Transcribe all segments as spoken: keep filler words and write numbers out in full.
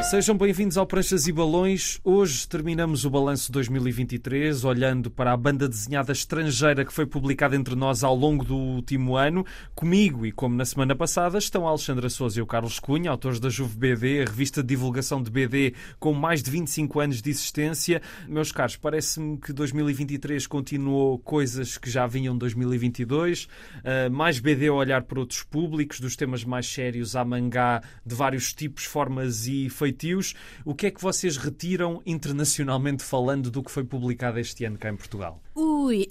Sejam bem-vindos ao Pranchas e Balões. Hoje terminamos o balanço de dois mil e vinte e três olhando para a banda desenhada estrangeira que foi publicada entre nós ao longo do último ano. Comigo, e como na semana passada, estão a Alexandra Sousa e o Carlos Cunha, autores da Juve B D, a revista de divulgação de B D com mais de vinte e cinco anos de existência. Meus caros, parece-me que dois mil e vinte e três continuou coisas que já vinham de dois mil e vinte e dois. Uh, mais B D a olhar para outros públicos, dos temas mais sérios à mangá, de vários tipos, formas e feitios. O que é que vocês retiram internacionalmente falando do que foi publicado este ano cá em Portugal? Ui!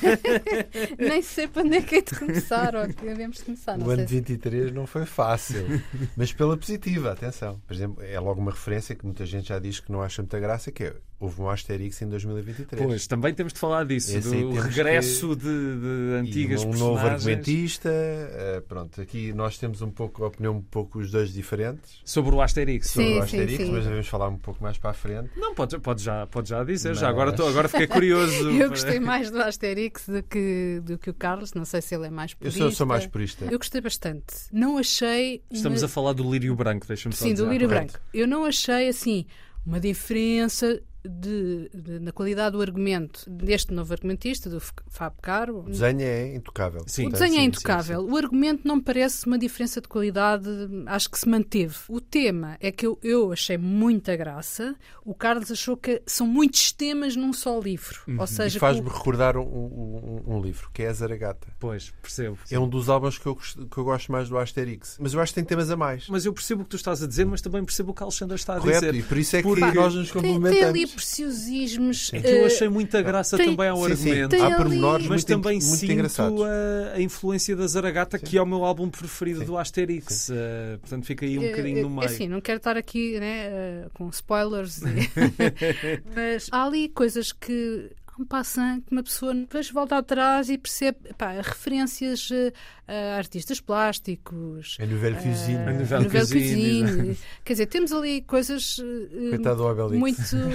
Nem sei para onde é que é de começar, ou que devemos começar. O ano de vinte e três não foi fácil, mas pela positiva, atenção. Por exemplo, é logo uma referência que muita gente já diz que não acha muita graça, que é, houve um Asterix em dois mil e vinte e três. Pois, também temos de falar disso, Esse do regresso que... de, de antigas e um personagens. novo argumentista. Uh, pronto, aqui nós temos um pouco a opinião um pouco os dois diferentes. Sobre o Asterix. Sobre sim, o Asterix, sim, sim. Mas devemos falar um pouco mais para a frente. Não, pode, pode, já, pode já dizer, mas... já agora, tô, agora fiquei curioso. Eu gostei mais do Asterix do que, do que o Carlos, não sei se ele é mais purista. Eu sou, sou mais purista. Eu gostei bastante. Não achei... Estamos uma... a falar do Lírio Branco, deixa-me só Sim, dizer. do Lírio correto. Branco. Eu não achei, assim, uma diferença... De, de, na qualidade do argumento deste novo argumentista, do Fábio Caro. O desenho é intocável. Sim, o desenho sim, é intocável. Sim, sim. O argumento não me parece uma diferença de qualidade, acho que se manteve. O tema é que eu, eu achei muita graça. O Carlos achou que são muitos temas num só livro. Uhum. Ou seja, E faz-me que o... recordar um, um, um livro, que é a Zaragata. Pois, percebo. É um dos álbuns que eu, que eu gosto mais do Asterix. Mas eu acho que tem temas a mais. Mas eu percebo o que tu estás a dizer, mas também percebo o que a Alexandra está a Correto, dizer. e por isso é que Porque nós nos tem, complementamos. tem ali preciosismos. É que eu achei muita graça tem, também ao sim, sim. argumento. Tem Há ali... pormenores Mas muito, também muito sinto engraçados. a, a influência da Zaragata, Sim. que é o meu álbum preferido Sim. do Asterix. Uh, portanto, fica aí um bocadinho no meio. É assim, não quero estar aqui, né, uh, com spoilers, mas há ali coisas que um passant que uma pessoa depois volta atrás e percebe, pá, referências a artistas plásticos, A Nouvelle Cuisine. A a Nouvelle Nouvelle Cuisine, Cuisine. Quer dizer, temos ali coisas uh, Coitado do Obelix. muito uh,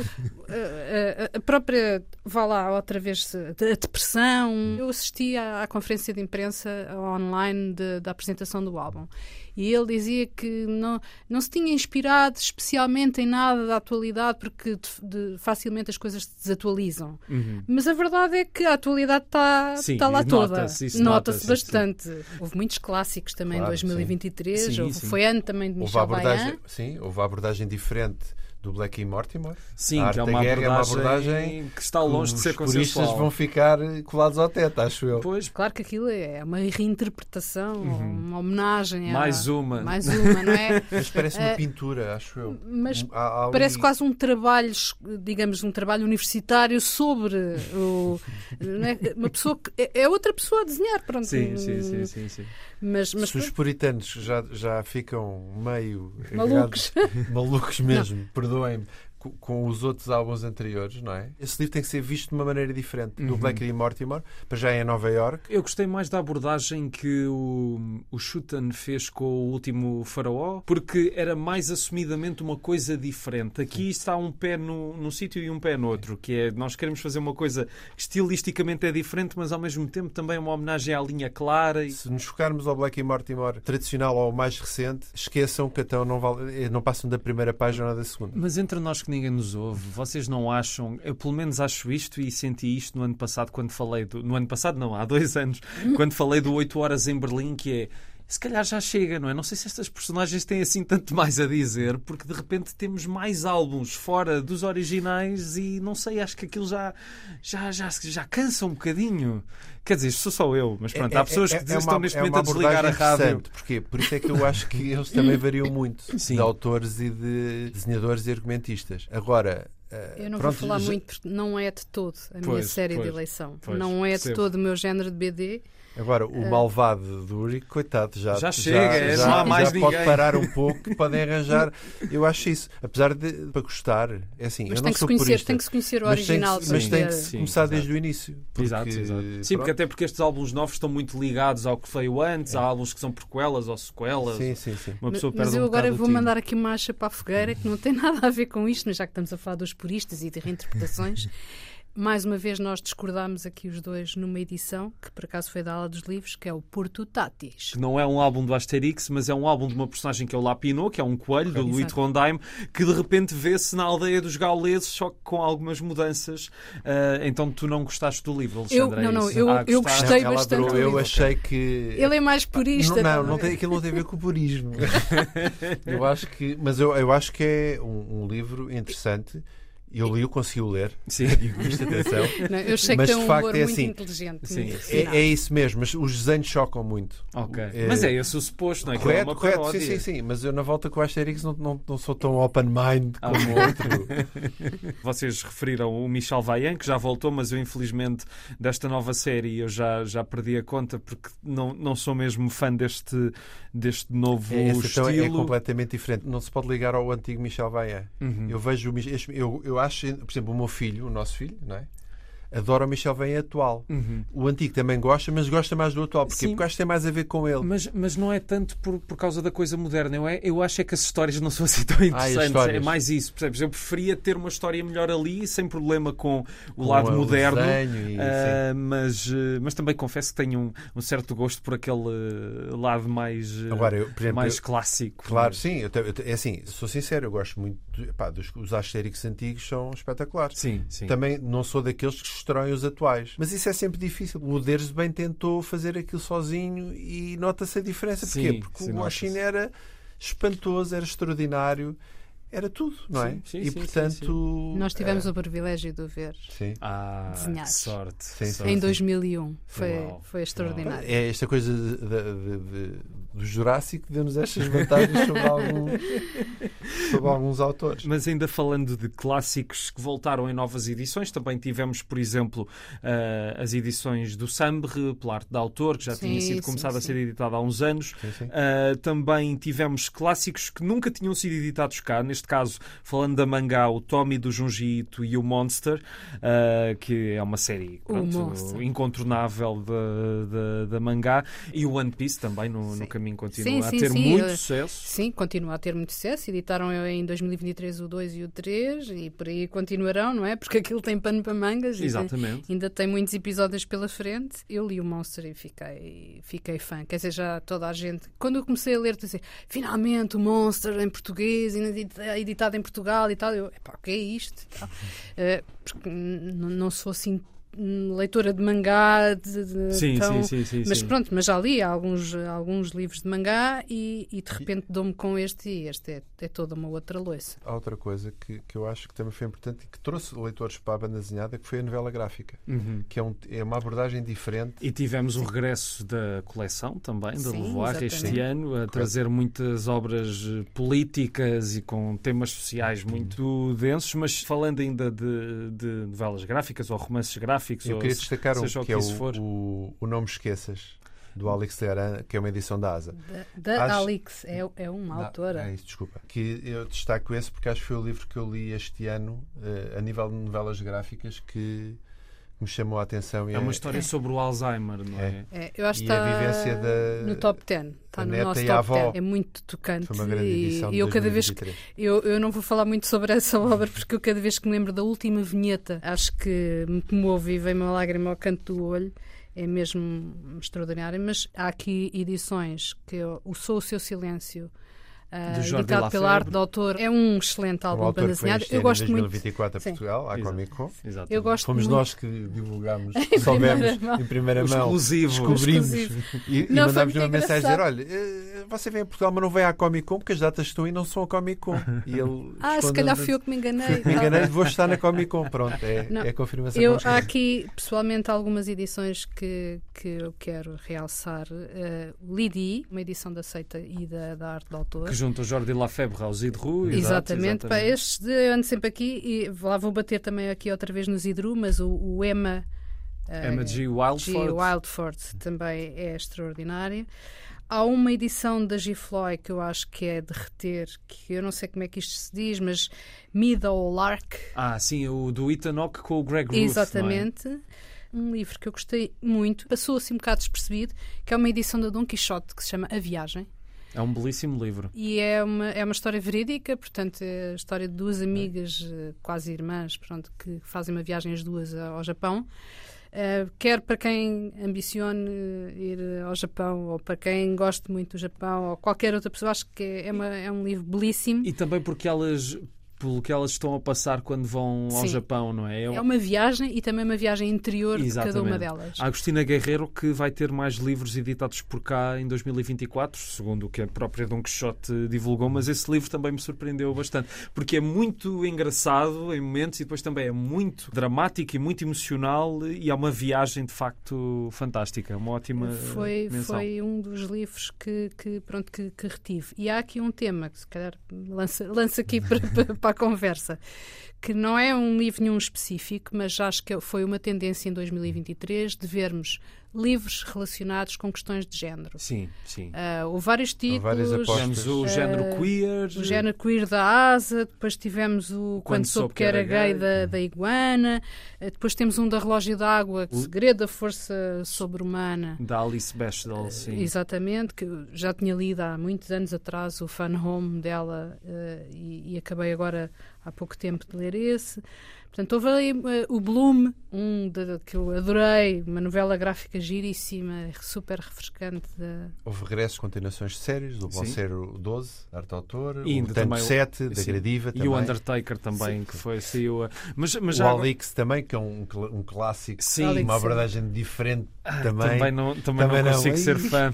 uh, a própria, vá lá outra vez, a depressão. Eu assisti à, à conferência de imprensa online de, da apresentação do álbum e ele dizia que não, não se tinha inspirado especialmente em nada da atualidade porque de, de, facilmente as coisas se desatualizam. Uhum. Mas a verdade é que a atualidade está, Sim, está lá toda. nota-se, isso Nota-se nota-se, bastante. Sim. Houve muitos clássicos também em Claro, dois mil e vinte e três. sim. Houve, Sim, sim. Foi ano também de Houve Michel a abordagem, Bayan. sim, houve a abordagem diferente do Black e Mortimer. Sim, A que é Arte uma da Guerra é uma abordagem, abordagem que está longe de ser os puristas consensual. vão ficar colados ao teto, acho eu. Pois, Claro que aquilo é uma reinterpretação, Uhum. uma homenagem. mais a... uma. Mais uma, não é? Mas parece uma Eh, pintura, acho eu. Mas Há- há ali- parece quase um trabalho, digamos, um trabalho universitário sobre o, não é? Uma pessoa que é é outra pessoa a desenhar, pronto. Sim, sim, sim, sim, sim. Mas, mas Se os puritanos já, já ficam meio malucos. agarrados- malucos mesmo, perdoem-me, com, com os outros álbuns anteriores, não é? Esse livro tem que ser visto de uma maneira diferente. Uhum. Do Black e Mortimer, para já é em Nova York. Eu gostei mais da abordagem que o, o Schutten fez com o último Faraó, porque era mais assumidamente uma coisa diferente. Aqui está um pé no, num sítio e um pé no outro, que é, nós queremos fazer uma coisa que estilisticamente é diferente, mas ao mesmo tempo também é uma homenagem à linha clara. E... Se nos focarmos ao Black e Mortimer tradicional ou ao mais recente, esqueçam que então não, vale, não passam da primeira página ou da segunda. Mas entre nós que ninguém nos ouve, vocês não acham, eu pelo menos acho isto e senti isto no ano passado quando falei, do, no ano passado não, há dois anos, quando falei do oito horas em Berlim, que é, se calhar já chega, não é? Não sei se estas personagens têm assim tanto mais a dizer, porque de repente temos mais álbuns fora dos originais e não sei, acho que aquilo já, já, já, já cansa um bocadinho. Quer dizer, isto sou só eu, mas pronto, há pessoas que dizem, é uma, estão neste é momento uma a desligar a rádio. interessante. Porquê? Por isso é que eu acho que eles também variam muito Sim. de autores e de desenhadores e argumentistas. Agora, eu não pronto, vou falar já... muito porque não é de todo a minha Pois, série pois, de eleição. pois, não é percebo. de todo o meu género de B D. Agora, o malvado do Uri, coitado, já, Já chega, é, já, não há mais já ninguém. pode parar um pouco, podem arranjar. Eu acho isso. Apesar de, para gostar, é assim, Mas eu tem não que, se sou conhecer, purista. tem que se conhecer o mas tem original que, para mas tem que ver. se Sim, começar exato. desde o início. Porque, Exato, exato. Sim, pronto. porque até porque estes álbuns novos estão muito ligados ao que veio antes, há álbuns que são prequelas ou sequelas. Sim, sim, sim. Uma pessoa Mas perde eu um agora bocado vou o tino. mandar aqui uma acha para a fogueira que não tem nada a ver com isto, mas já que estamos a falar dos puristas e de reinterpretações. mais uma vez nós discordámos aqui os dois numa edição, que por acaso foi da Ala dos Livros, que é o Porto Tatis. Que não é um álbum do Asterix, mas é um álbum de uma personagem que é o Lapinot, que é um coelho, do Louis Trondheim, que de repente vê-se na aldeia dos gauleses, só que com algumas mudanças. Uh, então tu não gostaste do livro, Alexandre? Eu, não, não, é eu, ah, eu gostei Ela bastante adorou, do eu livro. achei que... Ele é mais purista. Não, não, não tem, aquilo não tem a ver com o purismo. eu acho que, mas eu, eu acho que é um, um livro interessante. Eu li-o, consegui-o ler. Sim. Digo isto, atenção. Não, eu sei Mas, que tem um de facto, humor é muito assim. inteligente. Sim. Muito É, refinado. é isso mesmo, mas os desenhos chocam muito. Ok. É... Mas é esse o suposto, não é? Correto, que é uma correto, paródia. sim, sim, sim. Mas eu na volta com o Asterix não, não, não sou tão open-mind Ah, como o outro. Vocês referiram o Michel Vaillant, que já voltou, mas eu infelizmente desta nova série eu já, já perdi a conta porque não, não sou mesmo fã deste, deste novo É, esse, então, estilo. é completamente diferente. Não se pode ligar ao antigo Michel Vaillant. Uhum. Eu vejo, o Mich- este- eu, eu acho, por exemplo, o meu filho, o nosso filho, não é? Adora o Michel Vaillant atual. Uhum. O antigo também gosta, mas gosta mais do atual. Porquê? Sim. Porque acho que tem mais a ver com ele. Mas, mas não é tanto por, por causa da coisa moderna. Eu, é, eu acho é que as histórias não são assim tão interessantes. histórias. É mais isso. Percebes? Eu preferia ter uma história melhor ali, sem problema com o Com lado o moderno. desenho e- Ah, mas, eh, mas também confesso que tenho um, um certo gosto por aquele eh, lado mais, eh, Agora, eu, por exemplo, mais eu- clássico. Claro, sim. Eu, te- eu te- é assim, sou sincero, eu gosto muito. De, pá, dos, os Asterix antigos são espetaculares. Sim, sim. Também não sou daqueles que destroem os atuais. Mas isso é sempre difícil. O Uderes bem tentou fazer aquilo sozinho e nota-se a diferença. Porquê? Sim, Porque sim, o nota-se. Washington era espantoso, era extraordinário, era tudo, não é? Sim, sim, e sim, portanto. Nós tivemos é, o privilégio de o ver sim. Ah, desenhar. que sorte. Sim, sim. sorte. em dois mil e um. Foi, Uau. foi extraordinário. É esta coisa de- de- de- de- do Jurássico deu-nos estas vantagens sobre, algum, sobre alguns autores. Mas ainda falando de clássicos que voltaram em novas edições, também tivemos, por exemplo, eh, as edições do Sambre, pela arte de autor, que já Sim, tinha sido sim, começada a sim. ser editada há uns anos. Sim, sim. Uh, também tivemos clássicos que nunca tinham sido editados cá. Neste caso, falando da mangá, o Tommy do Junji Ito e o Monster, uh, que é uma série O pronto, Monster. incontornável da, da, da mangá. E o One Piece também, no, Sim. no caminho, continua Sim, a sim, ter sim. muito Eu- sucesso. Sim, continua a ter muito sucesso. Editaram em dois mil e vinte e três o dois e o três e por aí continuarão, não é? Porque aquilo tem pano para mangas. e tem- Exatamente. ainda tem muitos episódios pela frente. Eu li o Monster e fiquei, fiquei fã. Quer dizer, já toda a gente... Quando eu comecei a ler, disse, finalmente o Monster em português, editado em Portugal e tal. Eu, epá, o que é isto? E tal. Eh, porque n- não sou assim leitora de mangá de, de, Sim, tão- sim, sim, sim, mas sim. pronto, mas já li alguns, alguns livros de mangá e, e de repente dou-me com este e este é, é toda uma outra loiça. Há outra coisa que, que eu acho que também foi importante e que trouxe leitores para a banda desenhada, que foi a novela gráfica, Uhum. que é, um, é uma abordagem diferente. E tivemos o regresso da coleção também, da Sim, Levoar, este exatamente. ano, a trazer muitas obras eh, políticas e com temas sociais muito densos, mas falando ainda de, de novelas gráficas ou romances gráficos, Eu ou queria se- destacar um, seja o que é isso for. o, o, o Não Me Esqueças, do Alex Learan, que é uma edição da Asa. Da, da Acho- Alix, é, é uma Não, autora. É isso, desculpa. Que eu destaco esse porque acho que foi o livro que eu li este ano, eh, a nível de novelas gráficas, que me chamou a atenção. E É uma história sobre o Alzheimer, não é? É, eu acho E que a está vivência da- no top dez. Está a no neta nosso e top a avó. dez. É muito tocante. Foi uma grande e- edição e de eu cada vez que dois mil e vinte e três. Eu, eu não vou falar muito sobre essa obra porque eu cada vez que me lembro da última vinheta acho que me comove e vem uma lágrima ao canto do olho. É mesmo extraordinário. Mas há aqui edições que eu, o Sou o Seu Silêncio, ah, De Jordi editado pela Lafebre. Arte do Autor, é um excelente Um álbum de autor banda que vem desenhada. este Eu ano, gosto em dois mil muito. e vinte e quatro a Sim. Portugal, à Exato. Comic Con. Exatamente. Eu gosto Fomos muito. nós que divulgámos, soubemos mão. em primeira O mão, exclusivo. descobrimos Exclusivo. e, e Não, foi mandámos muito uma mensagem a dizer: engraçado. olha, eh, você vem a Portugal, mas não vem à Comic Con porque as datas estão aí e não são a Comic Con. E ele Ah, se respondeu-nos, calhar fui eu que me enganei. fui eu que me enganei, vou estar na Comic Con. Pronto, é, Não. é a confirmação. Eu, que há nós aqui, pessoalmente, algumas edições que, que eu quero realçar. Uh, Lidi, uma edição da Seita e da, da Arte do Autor. Que junta o Jordi Lafebre ao Zidru. Exatamente. Pá, estes de, eu ando sempre aqui e lá vou bater também aqui outra vez no Zidru, mas o, o Emma, uh, Emma G. G. Wildford. Wildford também é extraordinário. Há uma edição da Gifloy que eu acho que é derreter, que eu não sei como é que isto se diz, mas Meadowlark. Ah, sim, o do Ethan Hawke com o Greg Ruth. Exatamente. Um livro que eu gostei muito, passou assim um bocado despercebido, que é uma edição da Dom Quixote que se chama A Viagem. É um belíssimo livro. E é uma, é uma história verídica, portanto, é a história de duas amigas, é. quase irmãs, pronto, que fazem uma viagem as duas ao Japão. Uh, quer para quem ambicione ir ao Japão, ou para quem goste muito do Japão, ou qualquer outra pessoa, acho que é, uma, é um livro belíssimo. E também porque elas... pelo que elas estão a passar quando vão ao Sim. Japão, não é? É, é uma viagem e também uma viagem interior Exatamente. de cada uma delas. A Agostina Guerreiro, que vai ter mais livros editados por cá em dois mil e vinte e quatro, segundo o que a própria Dom Quixote divulgou, mas esse livro também me surpreendeu bastante, porque é muito engraçado em momentos e depois também é muito dramático e muito emocional e é uma viagem de facto fantástica, uma ótima foi, menção. Foi um dos livros que, que, pronto, que, que retive. E há aqui um tema que se calhar lança, lança aqui para, para a conversa, que não é um livro nenhum específico, mas acho que foi uma tendência em dois mil e vinte e três de vermos livros relacionados com questões de género. Sim, sim. Uh, houve vários títulos. Tivemos o uh, género queer. O género queer da Asa, depois tivemos o Quando, Quando Soube que Era Gay, gay da, da Iguana, uh, depois temos um da Relógio d'Água, o Segredo da Força Sobre-Humana. Da Alice Bechdel, sim. Uh, exatamente, que eu já tinha lido há muitos anos atrás o Fun Home dela uh, e, e acabei agora há pouco tempo de ler esse. Portanto, houve ali uh, o Bloom, um de, que eu adorei, uma novela gráfica giríssima, super refrescante. De... Houve regressos, continuações de séries, do Bolseiro doze, Arte Autor, e o Tanto sete, da Gradiva também. E o Undertaker também, sim. que foi, saiu a... Mas, mas o já... Alix também, que é um, um clássico, sim. uma abordagem diferente ah, também. Também não, também também não consigo não. ser fã.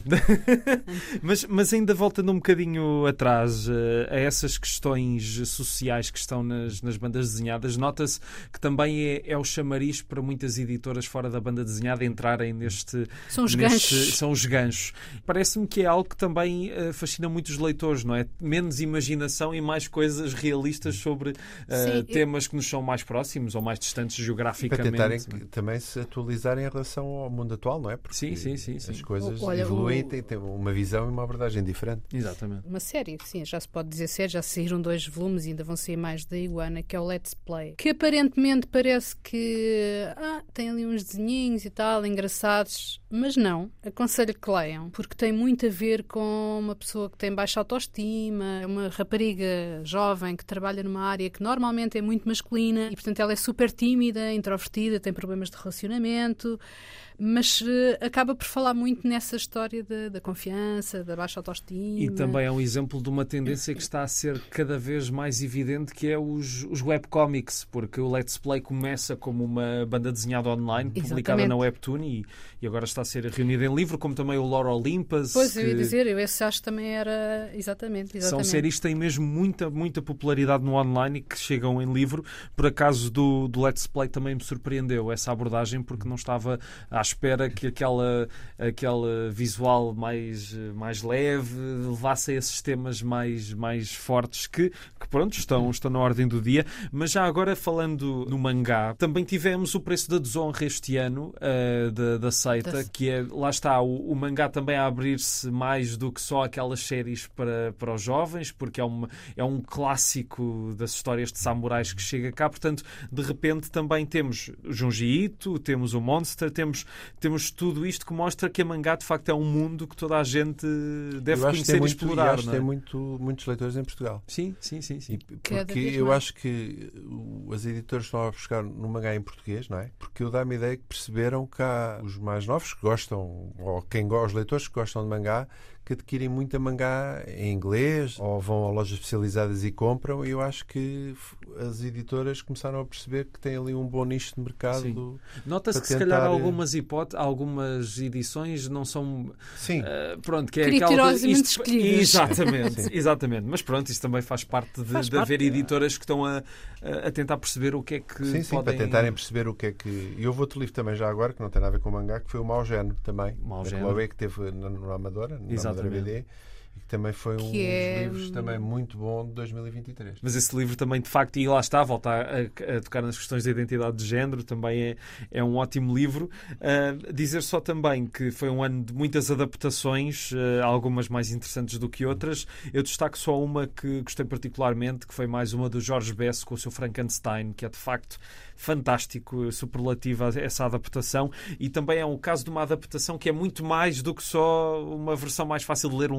mas, mas ainda voltando um bocadinho atrás uh, a essas questões sociais que estão nas, nas bandas desenhadas, nota-se que também é, é o chamariz para muitas editoras fora da banda desenhada entrarem neste... São os neste, ganchos. São os ganchos. Parece-me que é algo que também uh, fascina muitos leitores, não é? Menos imaginação e mais coisas realistas sobre uh, Sim, temas eu... que nos são mais próximos ou mais distantes geograficamente. Para tentarem também se atualizarem em relação ao mundo atual, não é? Porque sim, sim, sim, sim. as coisas Olha, evoluem o... e têm uma visão e uma abordagem diferente. Exatamente. Uma série, sim, já se pode dizer série, já saíram dois volumes e ainda vão sair mais da Iguana, que é o Let's Play, que aparentemente parece que ah, tem ali uns desenhinhos e tal, engraçados, mas não. Aconselho que leiam, porque tem muito a ver com uma pessoa que tem baixa autoestima, uma rapariga jovem que trabalha numa área que normalmente é muito masculina e, portanto, ela é super tímida, introvertida, tem problemas de relacionamento, mas uh, acaba por falar muito nessa história de, da confiança, da baixa autoestima. E também é um exemplo de uma tendência que está a ser cada vez mais evidente, que é os, os webcomics, porque o Let's Play começa como uma banda desenhada online, Exatamente. publicada na Webtoon e, e agora está a ser reunida em livro, como também o Lore Olympus. Pois, que... eu ia dizer, eu esse acho que também era... Exatamente, exatamente. São séries que têm mesmo muita, muita popularidade no online e que chegam em livro. Por acaso do, do Let's Play também me surpreendeu essa abordagem, porque não estava à espera que aquela, aquela visual mais, mais leve levasse a esses temas mais, mais fortes que, que pronto, estão, estão na ordem do dia. Mas já agora falando no mangá, também tivemos o Preço da Desonra este ano, uh, da, da Seita, que é, lá está, o, o mangá também a abrir-se mais do que só aquelas séries para, para os jovens, porque é, uma, é um clássico das histórias de samurais que chega cá, portanto, de repente também temos Junji Ito, temos o Monster, temos temos tudo isto que mostra que a mangá de facto é um mundo que toda a gente deve conhecer e explorar. Eu acho que não tem é? muito, muitos leitores em Portugal. Sim, sim, sim. sim. E porque eu mais. acho que as editoras estão a buscar no mangá em português, não é? Porque eu dá-me a ideia que perceberam que há os mais novos que gostam, ou quem, os leitores que gostam de mangá, que adquirem muita mangá em inglês ou vão a lojas especializadas e compram, e eu acho que as editoras começaram a perceber que tem ali um bom nicho de mercado. Sim. Nota-se que tentar... se calhar algumas hipóteses, algumas edições não são Sim. Uh, pronto, que é criteriosamente isto... escolhidas. Exatamente, exatamente. Mas pronto, isso também faz parte de, faz de parte, haver editoras que estão a, a tentar perceber o que é que sim, sim, podem... para tentarem perceber o que é que... E houve outro livro também já agora, que não tem nada a ver com o mangá, que foi o Mau Género também. Mau da Género. Chloé, que teve na, na Amadora, na Amadora B D. E que também foi um que é... dos livros também muito bom de dois mil e vinte e três. Mas esse livro também, de facto, e lá está, volta a, a, a tocar nas questões da identidade de género, também é, é um ótimo livro. Uh, dizer só também que foi um ano de muitas adaptações, uh, algumas mais interessantes do que outras. Eu destaco só uma que gostei particularmente, que foi mais uma do Jorge Besse com o seu Frankenstein, que é de facto fantástico, superlativa essa adaptação, e também é um caso de uma adaptação que é muito mais do que só uma versão mais fácil de ler um livro, não é?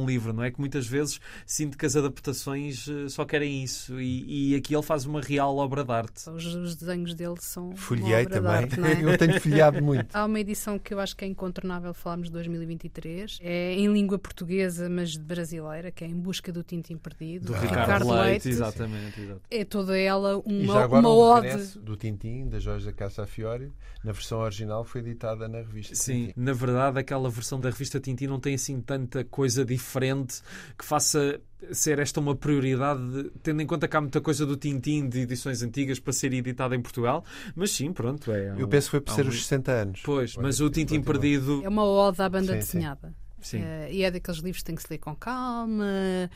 é? Que muitas vezes sinto que as adaptações só querem isso e, e aqui ele faz uma real obra de arte. Os, os desenhos dele são Folhei uma obra também. de arte, não é? Eu tenho folheado muito. Há uma edição que eu acho que é incontornável falarmos de dois mil e vinte e três. É em língua portuguesa, mas de brasileira, que é Em Busca do Tintim Perdido. Do Ah, Ricardo, Ricardo Leite, Leite. exatamente. exatamente. É toda ela E já uma, agora uma um ode. regresso do Tintim, da Jorge da Caça-Fiore, na versão original foi editada na revista Sim, Tintim. na verdade aquela versão da revista Tintim não tem assim tanta coisa diferente que faça ser esta uma prioridade, tendo em conta que há muita coisa do Tintim de edições antigas para ser editada em Portugal, mas sim, pronto. É Eu um, penso que foi por ser um... os sessenta anos. Pois, Olha, mas o Tintim continua. Perdido... É uma ode à banda Sim, desenhada. Sim. Uh, e é daqueles livros que tem que se ler com calma,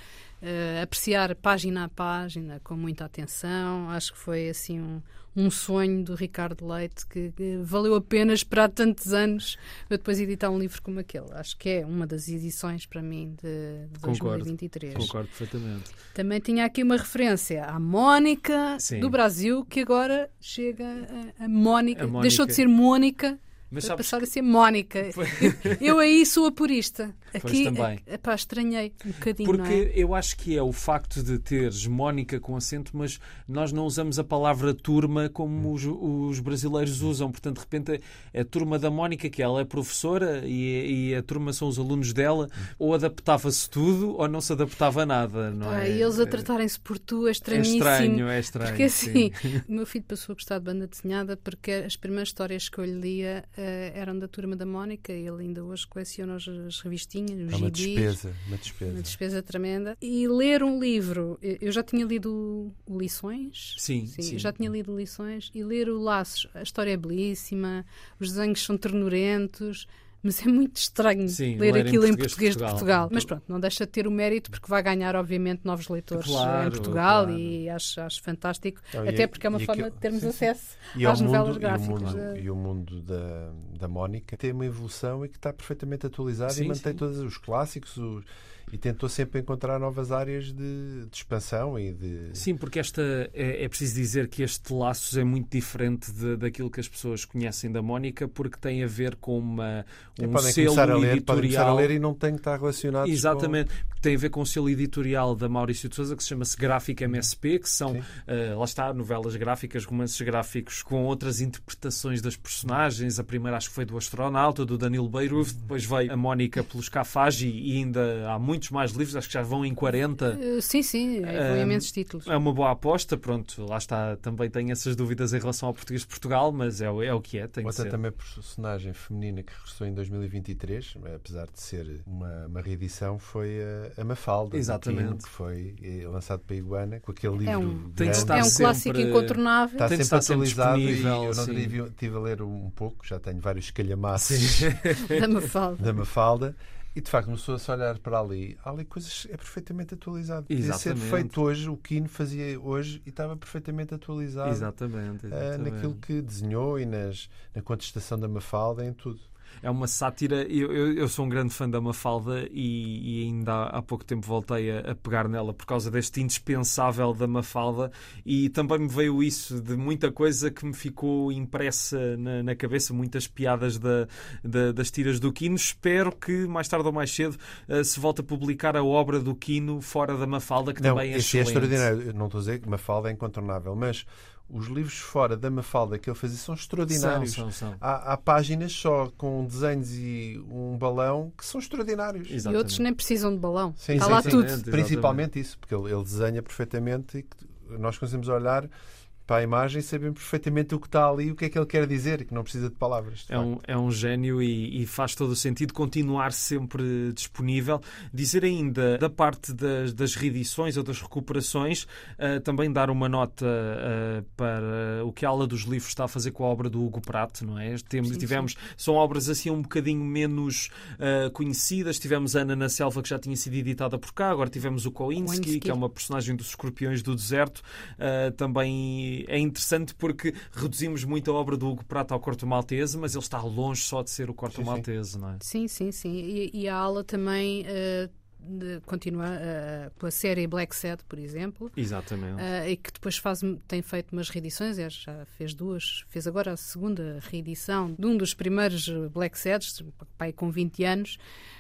uh, apreciar página a página com muita atenção. Acho que foi assim um, um sonho do Ricardo Leite que, que valeu a pena esperar tantos anos para depois editar um livro como aquele. Acho que é uma das edições para mim de, de Concordo, dois mil e vinte e três. Concordo perfeitamente. Também tinha aqui uma referência à Mónica Sim. do Brasil, que agora chega a, a Mónica. A Mónica. Deixou de ser Mônica. Mas Para sabes passar a ser Mónica. Foi- Eu, eu aí sou a purista. Pois Aqui, também. é, epá, estranhei um bocadinho, Porque não é? eu acho que é o facto de teres Mónica com acento, mas nós não usamos a palavra turma como os, os brasileiros usam. Portanto, de repente, a turma da Mónica, que ela é professora e, e a turma são os alunos dela, ou adaptava-se tudo ou não se adaptava a nada. Não Pá, é? e eles a tratarem-se por tu é É estranhíssimo. estranho, é estranho. Porque assim, sim. o meu filho passou a gostar de banda desenhada porque as primeiras histórias que eu lhe lia eh, eram da turma da Mónica. Ele ainda hoje coleciona as, as revistinhas, os É uma gibis. despesa, uma despesa. Uma despesa tremenda. E ler um livro, eu já tinha lido o Lições. Sim, sim. Eu já tinha lido Lições. E ler o Laços, a história é belíssima, os desenhos são ternurentos, mas é muito estranho Sim, ler ler em aquilo em português de português de Portugal. Portugal. Mas pronto, não deixa de ter o mérito porque vai ganhar, obviamente, novos leitores Claro, em Portugal claro. e acho, acho fantástico. Não, e- até porque é uma e forma aquilo- de termos sim, sim. acesso E ao às novelas mundo, gráficas. E o mundo, da- e o mundo da, da Mónica tem uma evolução e que está perfeitamente atualizado Sim, e mantém sim. todos os clássicos os, e tentou sempre encontrar novas áreas de, de expansão e de... Sim, porque esta é, é preciso dizer que este Laços é muito diferente de, daquilo que as pessoas conhecem da Mónica, porque tem a ver com uma, É, um podem selo começar a ler, podem começar a editorial. ler e não tem que estar relacionado Exatamente, porque tem a ver com o selo editorial da Maurício de Sousa, que se chama-se Gráfica M S P, que são, Sim. eh, lá está, novelas gráficas, romances gráficos com outras interpretações das personagens. A primeira acho que foi do Astronauta, do Danilo Beirute, depois veio a Mónica pelos Cafagi e ainda há muitos mais livros, acho que já vão em quarenta. Eh, sim, sim, é, Um, imensos títulos. É uma boa aposta, pronto, lá está, também tenho essas dúvidas em relação ao português de Portugal, mas é, o- é o que é, tem que Outra ser. também personagem feminina que regressou em dois mil e vinte e três, apesar de ser uma, uma reedição, foi a, a Mafalda, Exatamente. do Tino, que foi eh, lançado para a Iguana, com aquele livro É um- grande. Tem de estar É um sempre- clássico incontornável. Está Tem de sempre estar sempre atualizado e disponível, eu não sim. vi- estive a ler um pouco, já tenho vários calhamaços Da Mafalda. da Mafalda e de facto começou-se a olhar para ali. Há ali coisas, é perfeitamente atualizado. Podia ser Exatamente. feito hoje, o Quino fazia hoje e estava perfeitamente atualizado Exatamente, eh, exatamente. naquilo que desenhou e nas, na contestação da Mafalda, em tudo. É uma sátira. Eu, eu, eu sou um grande fã da Mafalda e, e ainda há, há pouco tempo voltei a, a pegar nela por causa deste indispensável da Mafalda, e também me veio isso de muita coisa que me ficou impressa na, na cabeça, muitas piadas da, da, das tiras do Quino. Espero que mais tarde ou mais cedo uh, se volte a publicar a obra do Quino fora da Mafalda, que Não, também é esse é excelente. extraordinário. Eu não estou a dizer que Mafalda é incontornável, mas os livros fora da Mafalda que ele fazia são extraordinários. São, são, são. Há, há páginas só com desenhos e um balão que são extraordinários. E Exatamente. outros nem precisam de balão. Sim, Está sim, lá sim. tudo. Exatamente. Principalmente isso, porque ele, ele desenha perfeitamente e que nós conseguimos olhar para a imagem e sabemos perfeitamente o que está ali e o que é que ele quer dizer, e que não precisa de palavras. De É um, é um gênio e, e faz todo o sentido continuar sempre disponível. Dizer ainda da parte das, das reedições ou das recuperações, uh, também dar uma nota uh, para o que a Ala dos Livros está a fazer com a obra do Hugo Pratt, não é? Temos, Sim, tivemos, são obras assim um bocadinho menos uh, conhecidas. Tivemos Ana na Selva, que já tinha sido editada por cá, agora tivemos o Kowinski, Kowinski. que é uma personagem dos Escorpiões do Deserto. Uh, também é interessante porque reduzimos muito a obra do Hugo Pratt ao Corto Maltese, mas ele está longe só de ser o Corto Sim, sim. Maltese, não é? Sim, sim, sim. E, e a Ala também uh, de- continua uh, com a série Black Sad, por exemplo, Exatamente. uh, e que depois faz, tem feito umas reedições, é, já fez duas, fez agora a segunda reedição de um dos primeiros Black Sads, pai com vinte anos.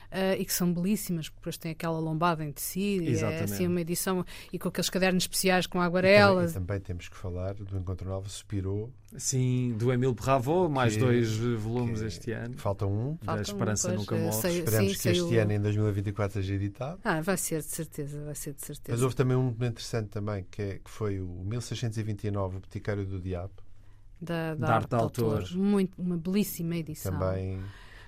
uh, e que são belíssimas, porque depois tem aquela lombada em tecido, e é assim uma edição, e com aqueles cadernos especiais com aguarelas. E também, e também temos que falar do Incontornável Spirou. Sim, do Émile Bravo, mais que, dois volumes este ano. Falta um. Da Esperança um, Nunca Morre. Sei, Esperamos sim, que saiu... este ano, em dois mil e vinte e quatro, seja editado. Ah, vai ser, de certeza, vai ser de certeza. Mas houve também um muito interessante também, que, é, que foi o mil seiscentos e vinte e nove, O Boticário do Diabo. Da, da, da arte arte autor. autor. Muito, uma belíssima edição. Também...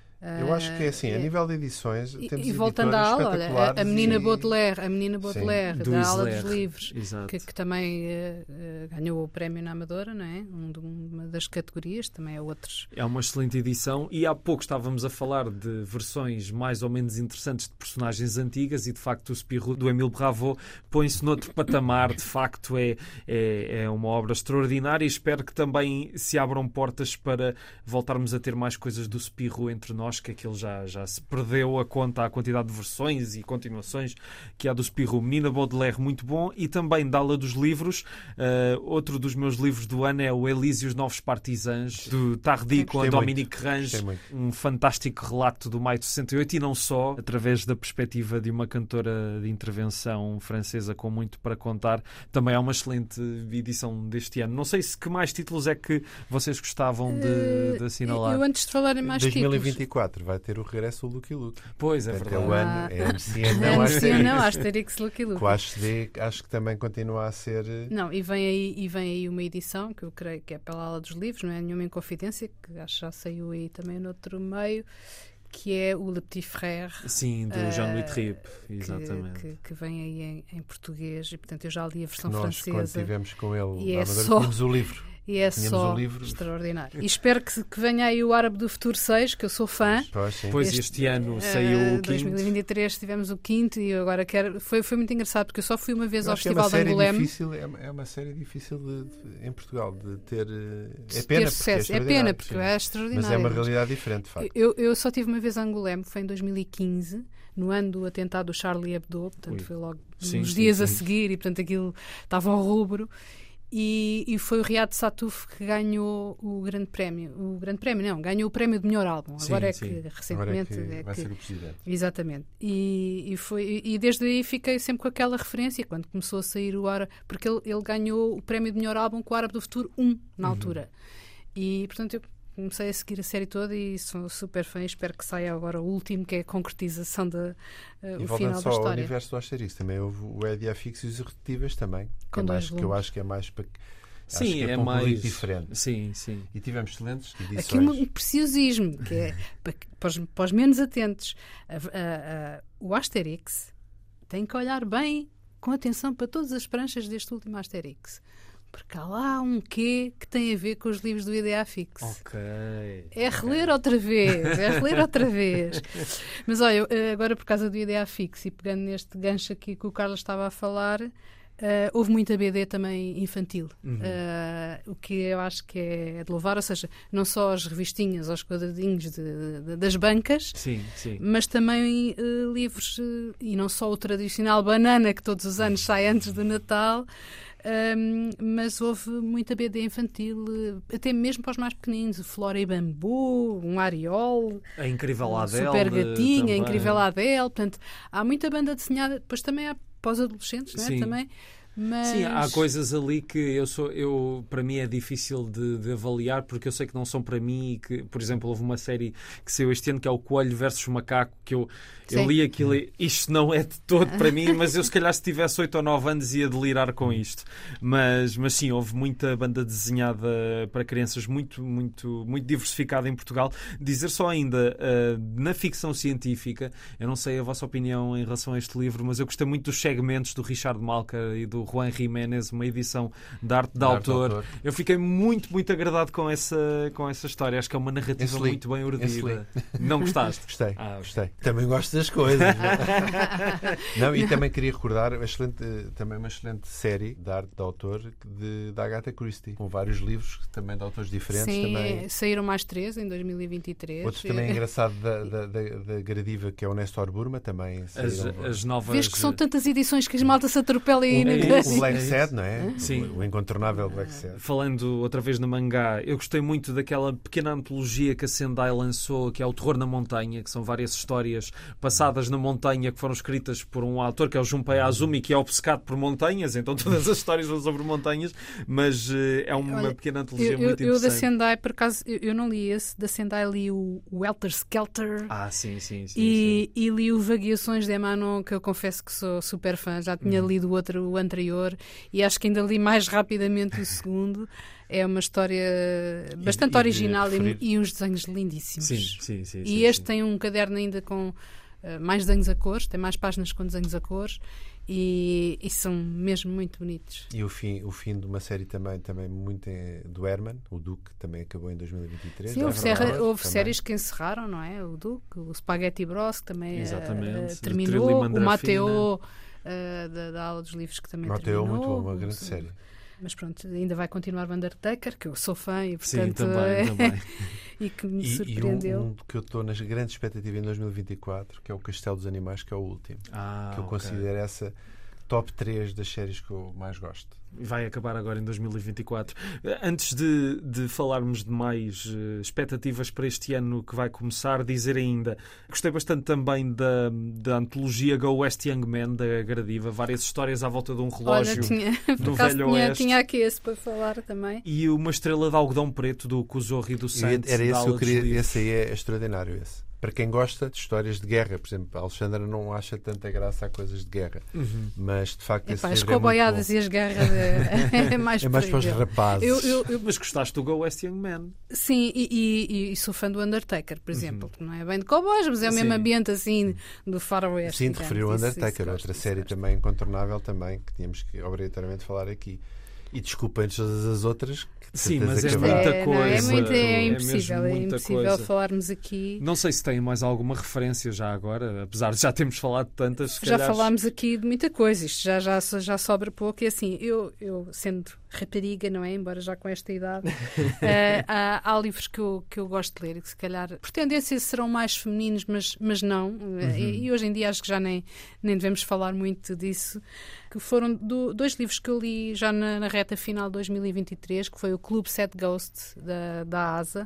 Eu acho que é assim, a nível de edições, e, temos e voltando à aula, olha, a, a menina e... Baudelaire, a menina Baudelaire, Sim, da aula Isler, dos livros, que, que também uh, uh, ganhou o prémio na Amadora, não é? Um de, uma das categorias, também é outros. É uma excelente edição e há pouco estávamos a falar de versões mais ou menos interessantes de personagens antigas e de facto o Spirou do Émile Bravo põe-se noutro patamar, de facto é, é, é uma obra extraordinária e espero que também se abram portas para voltarmos a ter mais coisas do Spirou entre nós, que aquilo já já se perdeu a conta, a quantidade de versões e continuações que há do Spirou. Menina Baudelaire, muito bom. E também da Aula dos Livros, uh, outro dos meus livros do ano é o Elise e os Novos Partisans, do Tardy, com a Dominique Range. Um fantástico relato do maio de sessenta e oito e não só, através da perspectiva de uma cantora de intervenção francesa com muito para contar. Também é uma excelente edição deste ano. Não sei se que mais títulos é que vocês gostavam de, de assinalar. Eu, antes de falar em mais dois mil e títulos... vinte e quatro vai ter o regresso do Lucky Luke. Pois, é Portanto, verdade. É o ano, é ancião, Ancião, não, Asterix, Lucky Luke. Com a H D, acho que também continua a ser... Não, e vem, aí, e vem aí uma edição, que eu creio que é pela Aula dos Livros, não é nenhuma Inconfidência, que acho que já saiu aí também no outro meio, que é o Le Petit Frère. Sim, do uh, Jean-Louis Trippe, exatamente. Que, que, que vem aí em, em português, e portanto eu já li a versão nós, francesa. Nós, quando estivemos com ele, e é só... tínhamos o livro. E é Tínhamos só um livro... extraordinário. E espero que, que venha aí o Árabe do Futuro seis, que eu sou fã. Pois, pois este, este ano saiu uh, o quinto. Em dois mil e vinte e três tivemos o quinto e eu agora quero... Foi, foi muito engraçado, porque eu só fui uma vez eu ao Festival é de Angolém. Difícil, é uma série difícil de, de, em Portugal de ter... É pena, ter porque sucesso. é, é pena, porque é extraordinário. Mas é uma realidade diferente, de facto. Eu, eu só tive uma vez a Angolém, foi em dois mil e quinze, no ano do atentado do Charlie Hebdo, portanto Ui. foi logo sim, uns sim, dias sim. a seguir e portanto aquilo estava ao rubro. E, e foi o Riad Sattouf que ganhou o grande prémio. O grande prémio, não, ganhou o prémio de melhor álbum. Sim, Agora é sim. que recentemente. Agora é que é vai que... ser o presidente. Exatamente. E, e, foi, e desde aí fiquei sempre com aquela referência, quando começou a sair o Árabe, porque ele, ele ganhou o prémio de melhor álbum com o Árabe do Futuro um, na uhum. altura. E portanto eu comecei a seguir a série toda e sou super fã. Espero que saia agora o último, que é a concretização da uh, o final da história. Ao universo do Asterix, também houve o Edia Fix e os Irredutíveis também, que, é mais, que eu acho que é mais para sim, que é, é um mais diferente. Sim, sim. E tivemos excelentes edições. Aqui um preciosismo, que é para, para, os, para os menos atentos. A, a, a, o Asterix tem que olhar bem, com atenção, para todas as pranchas deste último Asterix. Porque há lá um quê que tem a ver com os livros do Idea Fix. Ok. É reler outra vez, é reler outra vez. Mas olha, agora por causa do Idea Fix e pegando neste gancho aqui que o Carlos estava a falar, uh, houve muita B D também infantil. Uhum. Uh, o que eu acho que é de louvar, ou seja, não só as revistinhas, os quadradinhos de, de, das bancas, sim, sim. mas também uh, livros, uh, e não só o tradicional banana que todos os anos sai antes do Natal. Um, mas houve muita B D infantil, até mesmo para os mais pequeninos, Flora e Bambu, um Ariol, a incrível Adele, Super Gatinha, também. A incrível Adele. Portanto, há muita banda desenhada, depois também há para os adolescentes, não é? Também. Mas... Sim, há coisas ali que eu sou, eu, para mim é difícil de, de avaliar, porque eu sei que não são para mim e que, por exemplo, houve uma série que saiu este ano que é o Coelho versus Macaco, que eu, eu li aquilo e isto não é de todo para mim, mas eu se calhar se tivesse oito ou nove anos ia delirar com isto. Mas, mas sim, houve muita banda desenhada para crianças muito, muito, muito diversificada em Portugal. Dizer só ainda, uh, na ficção científica, eu não sei a vossa opinião em relação a este livro, mas eu gostei muito dos segmentos do Richard Malka e do Juan Jiménez, uma edição de arte de, de autor. autor. Eu fiquei muito, muito agradado com essa, com essa história. Acho que é uma narrativa muito bem urdida. Não gostaste? Gostei, ah, gostei. Também gosto das coisas. Não, e também queria recordar uma excelente, também uma excelente série de arte de autor de, da Agatha Christie, com vários livros também de autores diferentes. Sim, também. Saíram mais três em dois mil e vinte e três. Outro também engraçado da, da, da, da Gradiva, que é o Nestor Burma, também as, as novas... Vês que são tantas edições que as malta se atropela aí na O Black Sad, não é? Sim. O incontornável Black Sad. Falando outra vez no mangá, eu gostei muito daquela pequena antologia que a Sendai lançou, que é o Terror na Montanha, que são várias histórias passadas na montanha que foram escritas por um autor que é o Junpei Azumi, que é obcecado por montanhas, então todas as histórias são sobre montanhas, mas uh, é uma Olha, pequena antologia eu, muito eu, eu interessante. da Sendai, por acaso, eu, eu não li esse, da Sendai li o, o Helter Skelter. Ah, sim, sim, sim. E, sim. e li o Vagueações de Emanon, que eu confesso que sou super fã. Já tinha Uhum. lido o outro, o anterior, e acho que ainda li mais rapidamente o segundo. É uma história bastante e de original referir- e, e uns desenhos lindíssimos. Sim, sim, sim. E sim, este sim. tem um caderno ainda com uh, mais desenhos a cores, tem mais páginas com desenhos a cores, e, e são mesmo muito bonitos. E o fim, o fim de uma série também, também muito eh, do Herman, o Duque, também acabou em dois mil e vinte e três. Sim, é houve, verdade, serra- houve também. séries que encerraram, não é? O Duque, o Spaghetti Bros, que também uh, Exatamente. uh, Do terminou, Trilly o Mandrafina. Mateo uh, da, da Aula dos Livros, que também Mateo, terminou. muito bom, uma grande O- série. Mas pronto, ainda vai continuar o Undertaker, que eu sou fã e Sim, portanto também, é- também. e que me E, e um, surpreendeu. um que eu estou nas grandes expectativas em dois mil e vinte e quatro, que é o Castelo dos Animais, que é o último. Ah, que eu ok. considero essa top três das séries que eu mais gosto. Vai acabar agora em dois mil e vinte e quatro. Antes de, de falarmos de mais uh, expectativas para este ano que vai começar, dizer ainda, gostei bastante também da, da antologia Go West Young Men, da Gradiva, várias histórias à volta de um relógio. Olha, tinha, por no acaso Velho tinha, Oeste. tinha aqui esse para falar também. E uma estrela de algodão preto do Kuzorri do E Santos. era da esse que Aula eu dos queria. Livros. Esse aí é extraordinário. Esse. Para quem gosta de histórias de guerra, por exemplo, a Alexandra não acha tanta graça a coisas de guerra, Uhum. mas de facto esse Epá, as livro é muito coboiadas bom. e as guerras é, é mais, É mais para os por aí. rapazes. eu, eu, eu, Mas gostaste do Go West Young Men? Sim, e, e- e sou fã do Undertaker, por exemplo, que não é bem de cowboys, mas é o mesmo Sim. ambiente assim do faroeste. Sim, te digamos. referiu ao Isso- isso Undertaker, gosto, outra isso série gosto. também incontornável também, que tínhamos que obrigatoriamente falar aqui. E desculpem-nos todas as outras, que de Sim, certeza mas é que muita haverá. É, não, é, coisa, muito, é é impossível, mesmo é muita impossível coisa. falarmos aqui. Não sei se tem mais alguma referência já agora, apesar de já termos falado de tantas. se Já calhar- falámos aqui de muita coisa, isto já, já, já sobra pouco. E assim, eu, eu sendo rapariga, não é? Embora já com esta idade, eh, há, há livros que eu, que eu gosto de ler e que se calhar, por tendência, serão mais femininos, mas, mas não. Eh, E, e hoje em dia acho que já nem, nem devemos falar muito disso. Que foram do, dois livros que eu li já na, na reta final de dois mil e vinte e três, que foi o Clube Set Ghost, da, da Asa,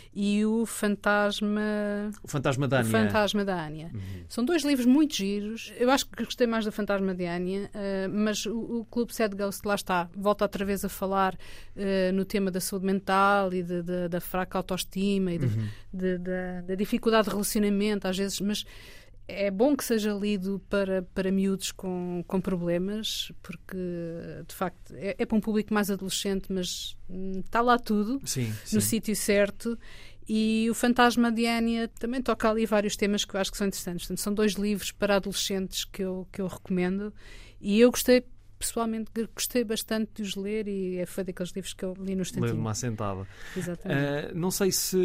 e o Fantasma... O Fantasma da O Anya. Fantasma da Anya. São dois livros muito giros. Eu acho que gostei mais do Fantasma da Anya, uh, mas o, o Clube Sad Ghost, lá está, volta outra vez a falar uh, no tema da saúde mental e de, de, da fraca autoestima e de, Uhum. de, de, da dificuldade de relacionamento, às vezes, mas é bom que seja lido para, para miúdos com, com problemas, porque, de facto, é, é para um público mais adolescente, mas hum, está lá tudo Sim, no sim. sítio certo. E o Fantasma de Anya também toca ali vários temas que eu acho que são interessantes. Portanto, são dois livros para adolescentes que eu, que eu recomendo. E eu gostei, pessoalmente, gostei bastante de os ler e foi daqueles livros que eu li no Lembro-me instantinho. assentada. Exatamente. Uh, não sei se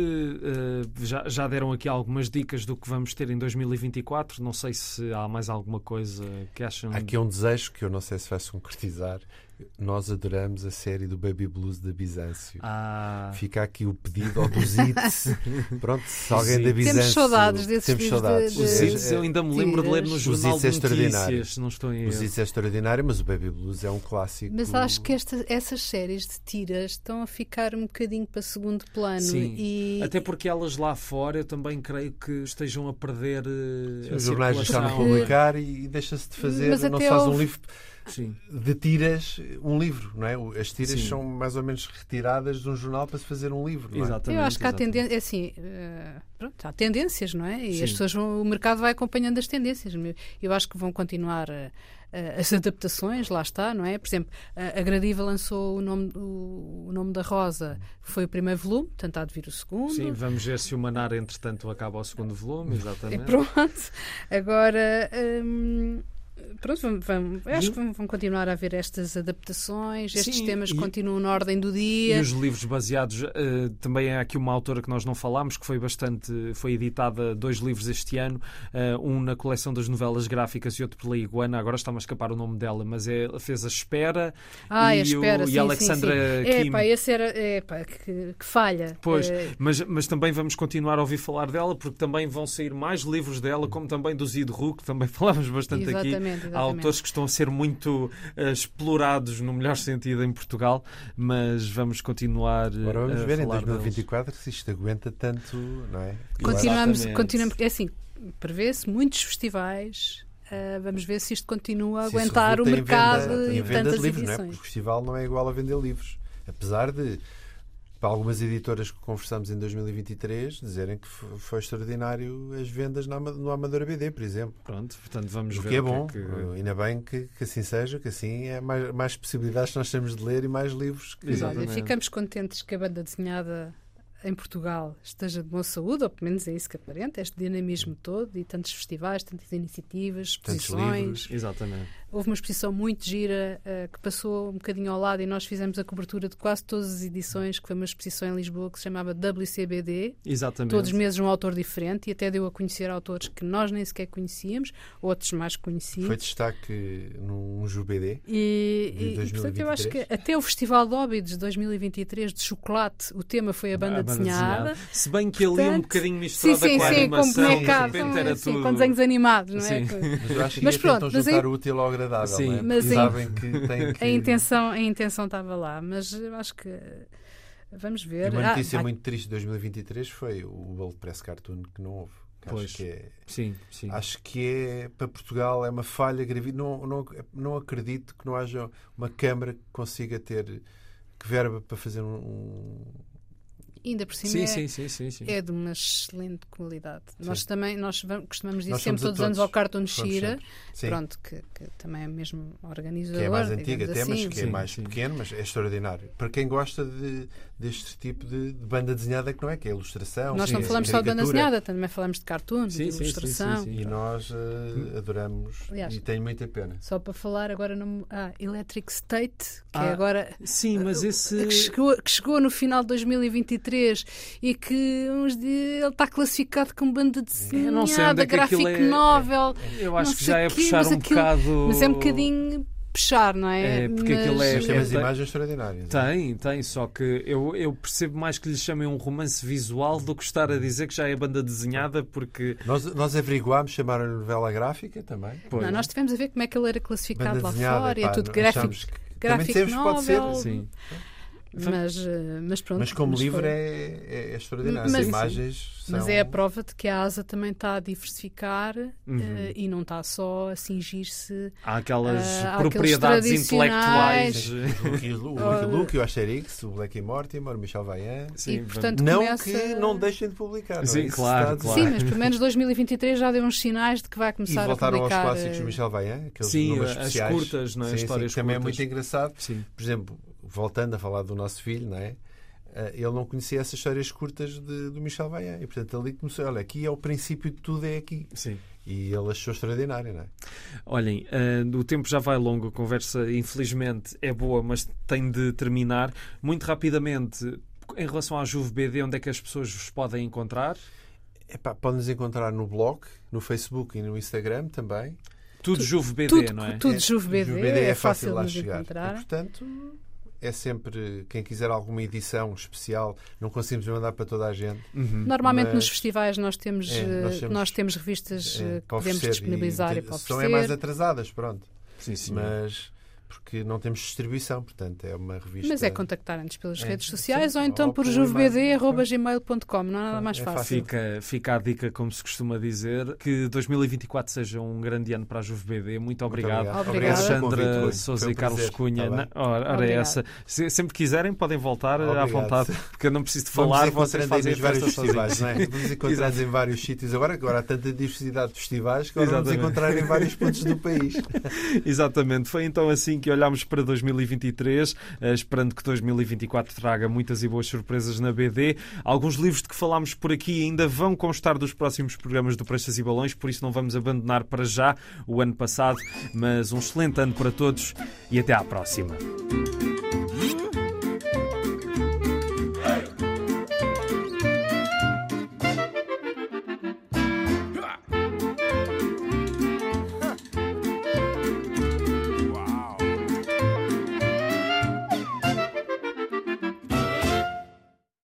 uh, já, já deram aqui algumas dicas do que vamos ter em dois mil e vinte e quatro. Não sei se há mais alguma coisa que acham. Há aqui um desejo que eu não sei se vai se concretizar. Nós adoramos a série do Baby Blues da Bizâncio. Ah, Fica aqui o pedido ao dos Hits. Pronto, se alguém Sim. da Temos Bizâncio... saudades desses Temos livros de- saudades. de- os É- Hits é- eu ainda me lembro de ler no Os Jornal Hits de é extraordinário. Notícias, se não estou em Os erro. Hits é extraordinário, mas o Baby Blues é um clássico. Mas acho que esta, essas séries de tiras estão a ficar um bocadinho para segundo plano. Sim. E, Até porque elas lá fora eu também creio que estejam a perder uh, a Os jornais deixaram de circulação. publicar e deixa-se de fazer, Mas não até se faz um houve- livro Sim. de tiras, um livro, não é? As tiras Sim. são mais ou menos retiradas de um jornal para se fazer um livro, não é? Exatamente. eu acho que há exatamente. tendência, assim, eh, pronto, há tendências, não é? E Sim. as pessoas vão, o mercado vai acompanhando as tendências. Eu acho que vão continuar eh, eh, as adaptações, lá está, não é? Por exemplo, a, a Gradiva lançou o nome, o, o nome da Rosa, foi o primeiro volume, portanto há de vir o segundo. Sim, vamos ver se o Manar, entretanto, acaba o segundo volume. E Exatamente. pronto. Agora, hum, pronto, vamos, vamos, eu acho que vão, vão continuar a haver estas adaptações, estes Sim, temas e- continuam na ordem do E dia. os livros baseados, eh, também há aqui uma autora que nós não falámos, que foi bastante, foi editada dois livros este ano, eh, um na coleção das novelas gráficas e outro pela Iguana, agora está-me a escapar o nome dela, mas é, fez a Espera Ah, e, a espera, o, sim, e a Alexandra sim, sim. Kim. É, pá, esse era, é, pá, que, que falha. Pois, Eh, mas, mas também vamos continuar a ouvir falar dela, porque também vão sair mais livros dela, como também do Zido Ru, que também falámos bastante aqui. Exatamente. exatamente, exatamente. Há autores que estão a ser muito uh, explorados, no melhor sentido, em Portugal, mas vamos continuar uh, Agora vamos a ver em falar dois mil e vinte e quatro deles. se isto aguenta tanto, não é? Continuamos, Exatamente. continuamos, é assim, prevê-se muitos festivais. Uh, vamos ver se isto continua a Se isso aguentar o resulta em mercado venda, e em venda tantas de livros, não é? edições. Porque o festival não é igual a vender livros. Apesar de, para algumas editoras que conversamos em dois mil e vinte e três, dizerem que foi extraordinário as vendas no Amadora B D, por exemplo. Pronto, portanto vamos O ver que é o que bom, é que... ainda bem que, que assim seja, que assim é mais, mais possibilidades que nós temos de ler e mais livros que... Exatamente. Olha, ficamos contentes que a banda desenhada em Portugal esteja de boa saúde, ou pelo menos é isso que aparenta, este dinamismo todo e tantos festivais, tantas iniciativas, Tantos exposições. livros. Exatamente. Houve uma exposição muito gira uh, que passou um bocadinho ao lado e nós fizemos a cobertura de quase todas as edições, que foi uma exposição em Lisboa que se chamava W C B D. Exatamente. Todos os meses um autor diferente e até deu a conhecer autores que nós nem sequer conhecíamos, outros mais conhecidos. Foi destaque num Ju B D. E, de e, e portanto eu acho que dois mil e vinte e três. até o Festival de Óbidos de dois mil e vinte e três de chocolate, o tema foi a banda, A banda desenhada. desenhada. Se bem que ali um Portanto, bocadinho Sim, misturada sim, com a sim, com animação, bonecado, de repente era sim, tudo... com desenhos animados, não é? Sim. Mas eu acho que Mas ia pronto, tentam mas juntar aí- o útil ao agradável, Sim, não é? mas Porque aí- sabem que tem que... A intenção, a intenção estava lá, mas eu acho que vamos E ver. uma Ah, notícia há- muito triste de dois mil e vinte e três foi o World Press Cartoon que não houve. Que Pois. Acho que é... Sim, sim. Acho que é, para Portugal, é uma falha grave. Não, não, não acredito que não haja uma Câmara que consiga ter que verba para fazer um... um- Ainda por cima Sim, é, sim, sim, sim, sim. é de uma excelente qualidade. Sim. Nós também nós vamos- costumamos dizer Nós sempre somos a todos os anos todos. ao Cartoon Vamos Shira, sempre. Sim, pronto, que, que também é mesmo organizador. que é mais antiga digamos até, mas assim. que é Sim, mais sim. pequeno, mas é extraordinário. Para quem gosta de, deste tipo de, de banda desenhada, que não é? Que é ilustração. Nós sim, não é falamos só de banda caricatura. desenhada, também falamos de cartoon, Sim, de sim, sim, ilustração. sim, sim. E nós eh, adoramos Aliás, e tenho muita pena. Só para falar agora no ah, Electric State, que Ah, é agora Sim, mas esse... que chegou, que chegou no final de dois mil e vinte e três e que uns dias ele está classificado como banda Eu não sei onde desenhada, é que aquilo gráfico é- novel. Eu acho não que sei já é quê, puxar mas um aquilo- bocado... Mas é um bocadinho puxar, não é? É, porque aquilo é- Mas tem umas tem- imagens extraordinárias. Tem, tem, só que eu, eu percebo mais que lhe chamem um romance visual do que estar a dizer que já é banda desenhada, porque... Nós, nós averiguámos, chamaram-lhe novela gráfica também. Pois, Não, nós tivemos a ver como é que ele era classificado Banda lá desenhada, fora, e é pá, tudo não- gráfico, achamos que- também gráfico dissemos que pode ser, novel. sim. Mas, eh, mas pronto. Mas como mas livro foi. é, é, é extraordinário. Mas- As imagens são... Mas é a prova de que a ASA também está a diversificar Uhum. eh, e não está só a cingir-se. Há aquelas Ah, há propriedades aqueles intelectuais. O Lucky Lu- o Lucky Luke, o Asterix, o Black e Mortimer, o Michel Vaillant. Sim, E, portanto, Não começa... que não deixem de publicar. não é? Sim, Isso claro, está a dizer. claro. Sim, mas pelo menos dois mil e vinte e três já deu uns sinais de que vai E começar a voltaram aos publicar. clássicos eh, do Michel Vaillant, aqueles Sim, números as especiais. curtas, não é? Sim, sim, Histórias que também é curtas. muito engraçado. Sim. Por exemplo, voltando a falar do nosso filho, não é? Eh, Ele não conhecia essas histórias curtas de- do Michel Vaillant. E, portanto, ali começou. Olha, aqui é o princípio de tudo, é aqui. Sim. E ele achou extraordinário, não é? Olhem, ah, o tempo já vai longo, a conversa infelizmente é boa, mas tem de terminar. Muito rapidamente, em relação à Juve B D, onde é que as pessoas vos podem encontrar? Epá, podem-nos encontrar no blog, no Facebook e no Instagram também. Tudo Juve B D, tudo, não é? tudo É- Juve B D, Juve B D é fácil lá de nos chegar. encontrar. E, portanto, é sempre, quem quiser alguma edição especial, não conseguimos mandar para toda a gente. Uhum. Normalmente Mas- nos festivais nós temos, É, nós eh, temos- nós temos revistas É, eh, que para podemos oferecer. disponibilizar e, E para são oferecer. é mais atrasadas, pronto. Sim, sim. Mas porque não temos distribuição, portanto, é uma revista. Mas é contactarem-nos pelas É, redes sociais sim, ou então ou por por juvebd e-mail. arroba gmail ponto com. Não há nada mais É fácil. fácil. Fica, fica a dica, como se costuma dizer, que dois mil e vinte e quatro seja um grande ano para a Juve B D. Muito obrigado. obrigado. Obrigada. pelo convite, Alexandra Rui. Sousa Foi um e Carlos prazer. Cunha. Tá Na- bem. ora, ora Obrigado. essa. Se, sempre quiserem, podem voltar à Obrigado. vontade, porque eu não preciso de Vamos falar, vocês encontrando fazem em a vários festa festivais, sozinhos. não é? Vamos encontrando em vários sítios. Agora, agora há tanta diversidade de festivais que agora vamos Exatamente. encontrar em vários pontos do país. Exatamente. Foi então assim que olhámos para dois mil e vinte e três, eh, esperando que dois mil e vinte e quatro traga muitas e boas surpresas na B D. Alguns livros de que falámos por aqui ainda vão constar dos próximos programas do Pranchas e Balões, por isso não vamos abandonar para já o ano passado, mas um excelente ano para todos e até à próxima.